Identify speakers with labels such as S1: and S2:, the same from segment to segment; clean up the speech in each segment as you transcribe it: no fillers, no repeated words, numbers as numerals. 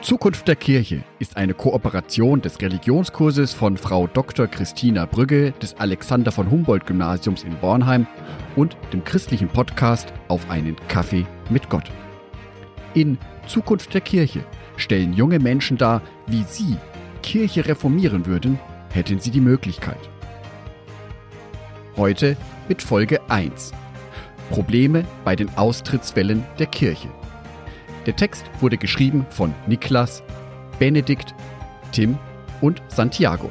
S1: Zukunft der Kirche ist eine Kooperation des Religionskurses von Frau Dr. Christina Brügge des Alexander von Humboldt Gymnasiums in Bornheim und dem christlichen Podcast Auf einen Kaffee mit Gott. In Zukunft der Kirche stellen junge Menschen dar, wie sie Kirche reformieren würden, hätten sie die Möglichkeit. Heute mit Folge 1: Probleme bei den Austrittswellen der Kirche. Der Text wurde geschrieben von Niklas, Benedikt, Tim und Santiago.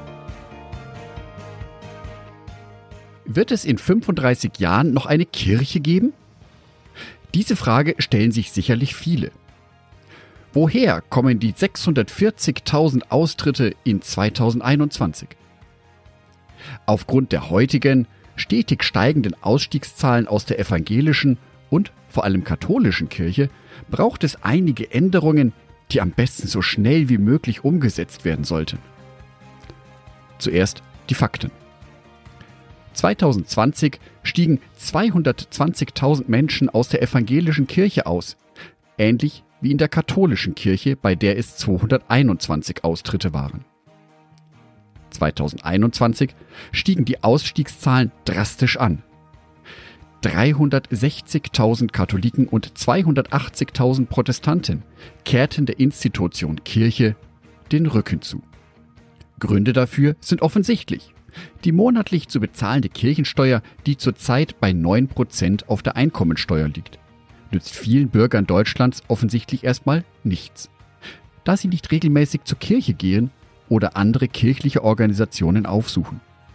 S1: Wird es in 35 Jahren noch eine Kirche geben? Diese Frage stellen sich sicherlich viele. Woher kommen die 640.000 Austritte in 2021? Aufgrund der heutigen, stetig steigenden Ausstiegszahlen aus der evangelischen und vor allem katholischen Kirche braucht es einige Änderungen, die am besten so schnell wie möglich umgesetzt werden sollten. Zuerst die Fakten. 2020 stiegen 220.000 Menschen aus der evangelischen Kirche aus, ähnlich wie in der katholischen Kirche, bei der es 221 Austritte waren. 2021 stiegen die Ausstiegszahlen drastisch an. 360.000 Katholiken und 280.000 Protestanten kehrten der Institution Kirche den Rücken zu. Gründe dafür sind offensichtlich. Die monatlich zu bezahlende Kirchensteuer, die zurzeit bei 9% auf der Einkommensteuer liegt, nützt vielen Bürgern Deutschlands offensichtlich erstmal nichts, da sie nicht regelmäßig zur Kirche gehen oder andere kirchliche Organisationen aufsuchen.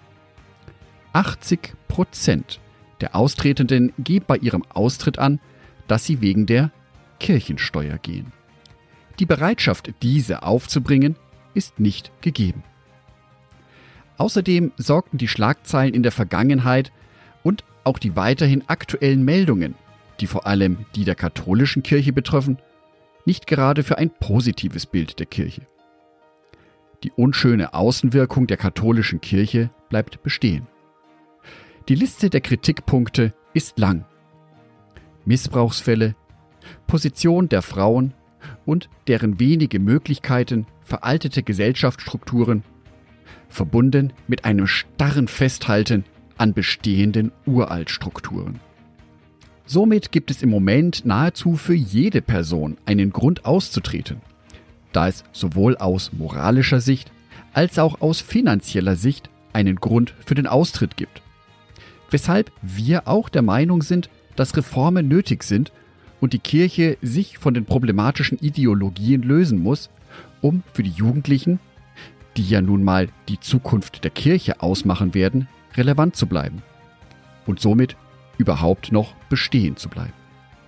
S1: 80% der Austretenden geben bei ihrem Austritt an, dass sie wegen der Kirchensteuer gehen. Die Bereitschaft, diese aufzubringen, ist nicht gegeben. Außerdem sorgten die Schlagzeilen in der Vergangenheit und auch die weiterhin aktuellen Meldungen, die vor allem die der katholischen Kirche betreffen, nicht gerade für ein positives Bild der Kirche. Die unschöne Außenwirkung der katholischen Kirche bleibt bestehen. Die Liste der Kritikpunkte ist lang. Missbrauchsfälle, Position der Frauen und deren wenige Möglichkeiten, veraltete Gesellschaftsstrukturen, verbunden mit einem starren Festhalten an bestehenden Uraltstrukturen. Somit gibt es im Moment nahezu für jede Person einen Grund auszutreten, da es sowohl aus moralischer Sicht als auch aus finanzieller Sicht einen Grund für den Austritt gibt. Weshalb wir auch der Meinung sind, dass Reformen nötig sind und die Kirche sich von den problematischen Ideologien lösen muss, um für die Jugendlichen, die ja nun mal die Zukunft der Kirche ausmachen werden, relevant zu bleiben und somit überhaupt noch bestehen zu bleiben.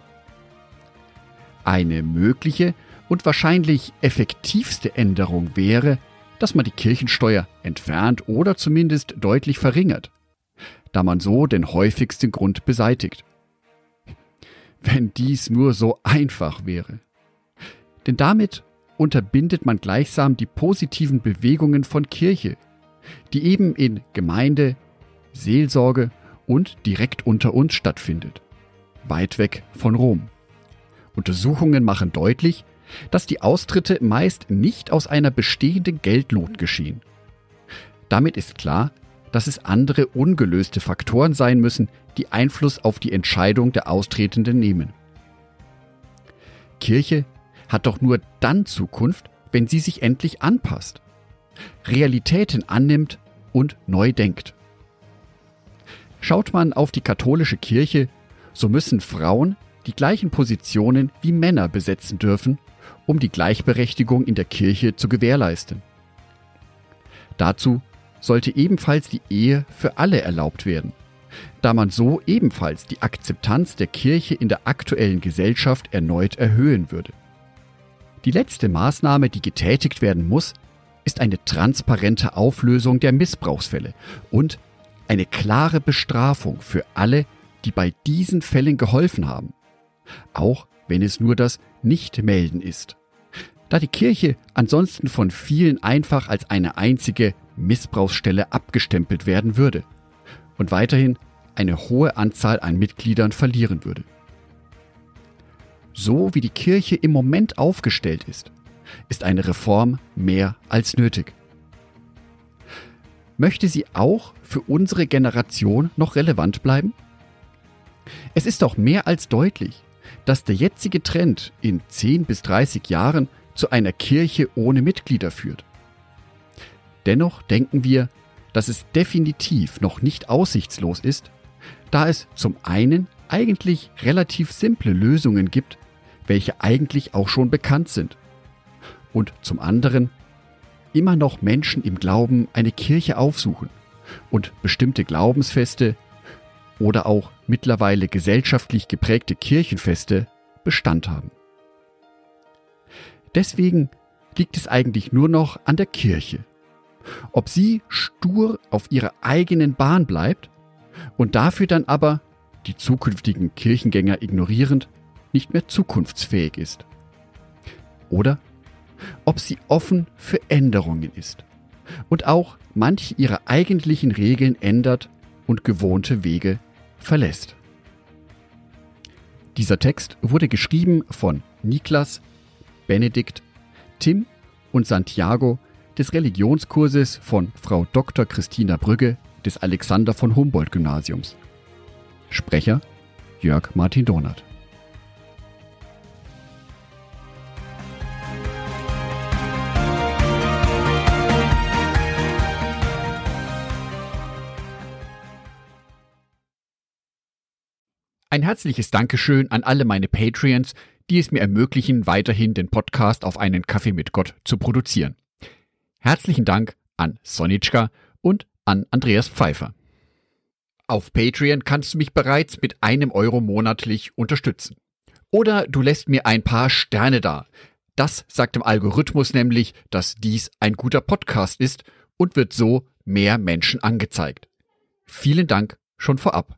S1: Eine mögliche und wahrscheinlich effektivste Änderung wäre, dass man die Kirchensteuer entfernt oder zumindest deutlich verringert, da man so den häufigsten Grund beseitigt. Wenn dies nur so einfach wäre. Denn damit unterbindet man gleichsam die positiven Bewegungen von Kirche, die eben in Gemeinde, Seelsorge und direkt unter uns stattfindet, weit weg von Rom. Untersuchungen machen deutlich, dass die Austritte meist nicht aus einer bestehenden Geldnot geschehen. Damit ist klar, dass es andere ungelöste Faktoren sein müssen, die Einfluss auf die Entscheidung der Austretenden nehmen. Kirche hat doch nur dann Zukunft, wenn sie sich endlich anpasst, Realitäten annimmt und neu denkt. Schaut man auf die katholische Kirche, so müssen Frauen die gleichen Positionen wie Männer besetzen dürfen, um die Gleichberechtigung in der Kirche zu gewährleisten. Dazu sollte ebenfalls die Ehe für alle erlaubt werden, da man so ebenfalls die Akzeptanz der Kirche in der aktuellen Gesellschaft erneut erhöhen würde. Die letzte Maßnahme, die getätigt werden muss, ist eine transparente Auflösung der Missbrauchsfälle und eine klare Bestrafung für alle, die bei diesen Fällen geholfen haben, auch wenn es nur das Nichtmelden ist, da die Kirche ansonsten von vielen einfach als eine einzige Missbrauchsstelle abgestempelt werden würde und weiterhin eine hohe Anzahl an Mitgliedern verlieren würde. So wie die Kirche im Moment aufgestellt ist, ist eine Reform mehr als nötig. Möchte sie auch für unsere Generation noch relevant bleiben? Es ist doch mehr als deutlich, dass der jetzige Trend in 10 bis 30 Jahren zu einer Kirche ohne Mitglieder führt. Dennoch denken wir, dass es definitiv noch nicht aussichtslos ist, da es zum einen eigentlich relativ simple Lösungen gibt, welche eigentlich auch schon bekannt sind, und zum anderen immer noch Menschen im Glauben eine Kirche aufsuchen und bestimmte Glaubensfeste oder auch mittlerweile gesellschaftlich geprägte Kirchenfeste Bestand haben. Deswegen liegt es eigentlich nur noch an der Kirche, ob sie stur auf ihrer eigenen Bahn bleibt und dafür dann aber, die zukünftigen Kirchengänger ignorierend, nicht mehr zukunftsfähig ist. Oder ob sie offen für Änderungen ist und auch manche ihrer eigentlichen Regeln ändert und gewohnte Wege verlässt. Dieser Text wurde geschrieben von Niklas, Benedikt, Tim und Santiago des Religionskurses von Frau Dr. Christina Brügge des Alexander von Humboldt Gymnasiums. Sprecher Jörg Martin Donath. Ein herzliches Dankeschön an alle meine Patreons, die es mir ermöglichen, weiterhin den Podcast auf einen Kaffee mit Gott zu produzieren. Herzlichen Dank an Sonitschka und an Andreas Pfeiffer. Auf Patreon kannst du mich bereits mit €1 monatlich unterstützen. Oder du lässt mir ein paar Sterne da. Das sagt dem Algorithmus nämlich, dass dies ein guter Podcast ist und wird so mehr Menschen angezeigt. Vielen Dank schon vorab.